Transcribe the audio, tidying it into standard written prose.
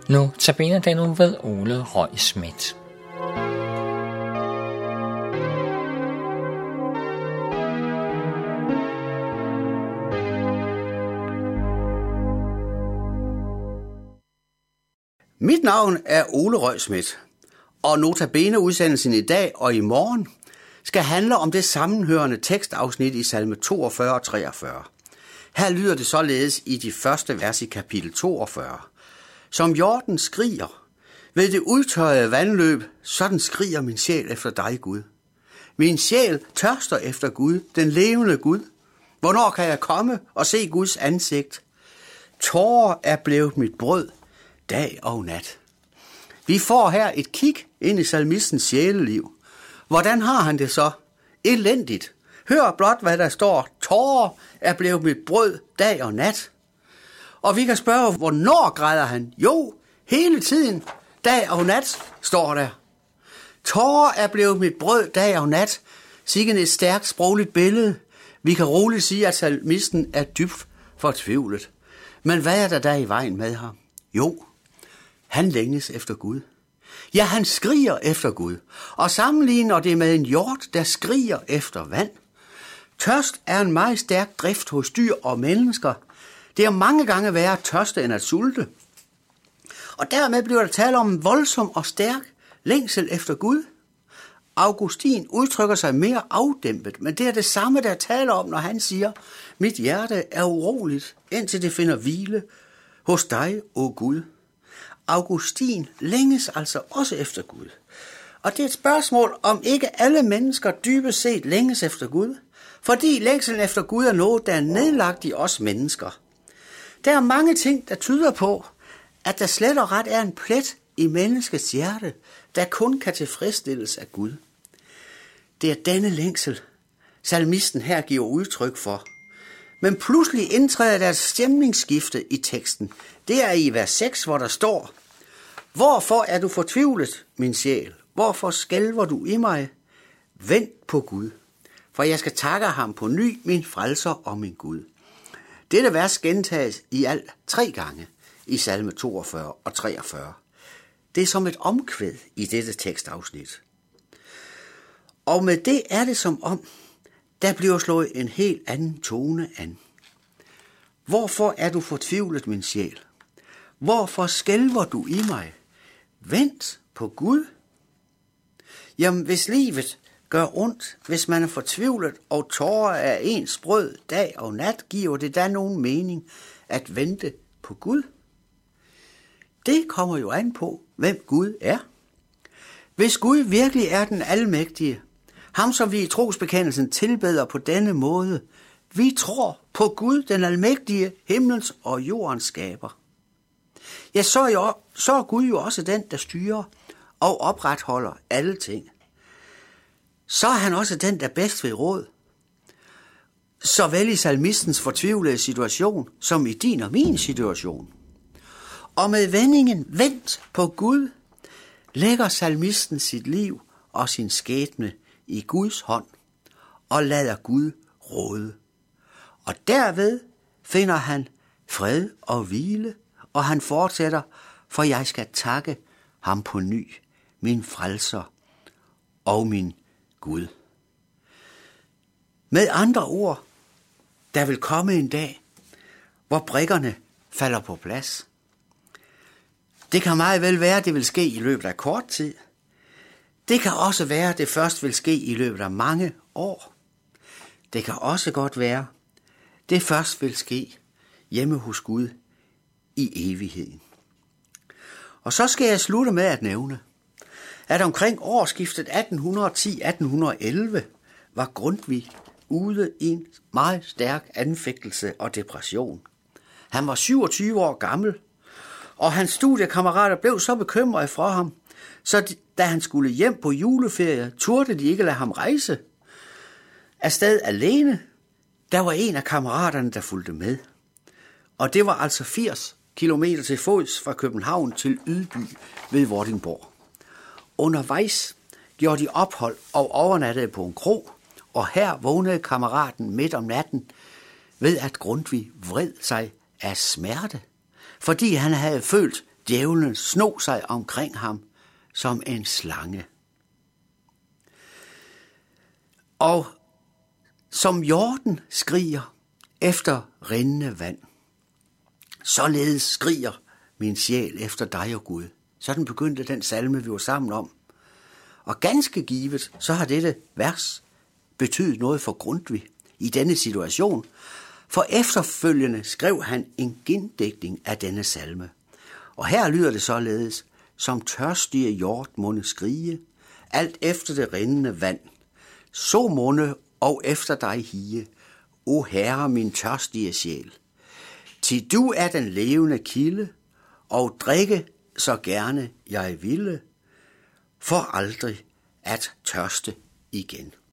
Nu tabiner den nu ved Ole Røg Schmidt. Mit navn er Ole Røg Schmidt, og notabene udsendelsen i dag og i morgen skal handle om det sammenhørende tekstafsnit i salme 42 og 43. Her lyder det således i de første vers i kapitel 42. Som hjorten skriger ved det udtørrede vandløb, sådan skriger min sjæl efter dig, Gud. Min sjæl tørster efter Gud, den levende Gud. Hvornår kan jeg komme og se Guds ansigt? Tårer er blevet mit brød, dag og nat. Vi får her et kig ind i salmistens sjæleliv. Hvordan har han det så? Elendigt. Hør blot, hvad der står. Tårer er blevet mit brød, dag og nat. Og vi kan spørge, hvornår græder han? Jo, hele tiden. Dag og nat, står der. Tårer er blevet mit brød, dag og nat. Sikken et stærkt sprogligt billede. Vi kan roligt sige, at salmisten er dybt fortvivlet. Men hvad er der i vejen med ham? Jo, han længes efter Gud. Ja, han skriger efter Gud. Og sammenligner det med en hjort, der skriger efter vand. Tørst er en meget stærk drift hos dyr og mennesker. Det er mange gange værre at tørste end at sulte. Og dermed bliver der tale om en voldsom og stærk længsel efter Gud. Augustin udtrykker sig mere afdæmpet, men det er det samme, der taler om, når han siger, mit hjerte er uroligt, indtil det finder hvile hos dig, o Gud. Augustin længes altså også efter Gud. Og det er et spørgsmål, om ikke alle mennesker dybest set længes efter Gud. Fordi længselen efter Gud er noget, der er nedlagt i os mennesker. Der er mange ting, der tyder på, at der slet og ret er en plet i menneskets hjerte, der kun kan tilfredsstilles af Gud. Det er denne længsel, salmisten her giver udtryk for. Men pludselig indtræder der et stemningsskifte i teksten. Det er i vers 6, hvor der står, hvorfor er du fortvivlet, min sjæl? Hvorfor skælver du i mig? Vent på Gud, for jeg skal takke ham på ny, min frelser og min Gud. Dette vers gentages i alt 3 gange i salme 42 og 43. Det er som et omkvæd i dette tekstafsnit. Og med det er det som om, der bliver slået en helt anden tone an. Hvorfor er du fortvivlet, min sjæl? Hvorfor skælver du i mig? Vent på Gud. Jamen, hvis livet gør ondt, hvis man er fortvivlet, og tårer er ens brød dag og nat, giver det da nogen mening at vente på Gud? Det kommer jo an på, hvem Gud er. Hvis Gud virkelig er den almægtige, ham som vi i trosbekendelsen tilbeder på denne måde, vi tror på Gud, den almægtige, himlens og jordens skaber. Ja, så er Gud jo også den, der styrer og opretholder alle ting. Så er han også den, der bedst ved råd. Såvel i salmistens fortvivlede situation, som i din og min situation. Og med vendingen vent på Gud, lægger salmisten sit liv og sin skæbne i Guds hånd, og lader Gud råde. Og derved finder han fred og hvile, og han fortsætter, for jeg skal takke ham på ny, min frelser og min Gud. Med andre ord, der vil komme en dag, hvor brikkerne falder på plads. Det kan meget vel være, at det vil ske i løbet af kort tid. Det kan også være, at det først vil ske i løbet af mange år. Det kan også godt være, at det først vil ske hjemme hos Gud i evigheden. Og så skal jeg slutte med at nævne, at omkring årsskiftet 1810-1811 var Grundtvig ude i en meget stærk anfægtelse og depression. Han var 27 år gammel, og hans studiekammerater blev så bekymrede for ham, så da han skulle hjem på juleferie, turde de ikke lade ham rejse afsted alene. Der var en af kammeraterne, der fulgte med. Og det var altså 80 kilometer til fods fra København til Ydby ved Vordingborg. Undervejs gjorde de ophold og overnattede på en kro, og her vågnede kammeraten midt om natten ved, at Grundtvig vred sig af smerte, fordi han havde følt Djævlen snog sig omkring ham som en slange. Og som hjorten skriger efter rindende vand, således skriger min sjæl efter dig, og Gud. Sådan begyndte den salme, vi var sammen om. Og ganske givet, så har dette vers betydet noget for Grundtvig i denne situation, for efterfølgende skrev han en gendækning af denne salme. Og her lyder det således: som tørstige hjort munde skrige, alt efter det rindende vand. Så munde og efter dig hige, o Herre min tørstige sjæl. Til du er den levende kilde, og drikke så gerne jeg ville, for aldrig at tørste igen.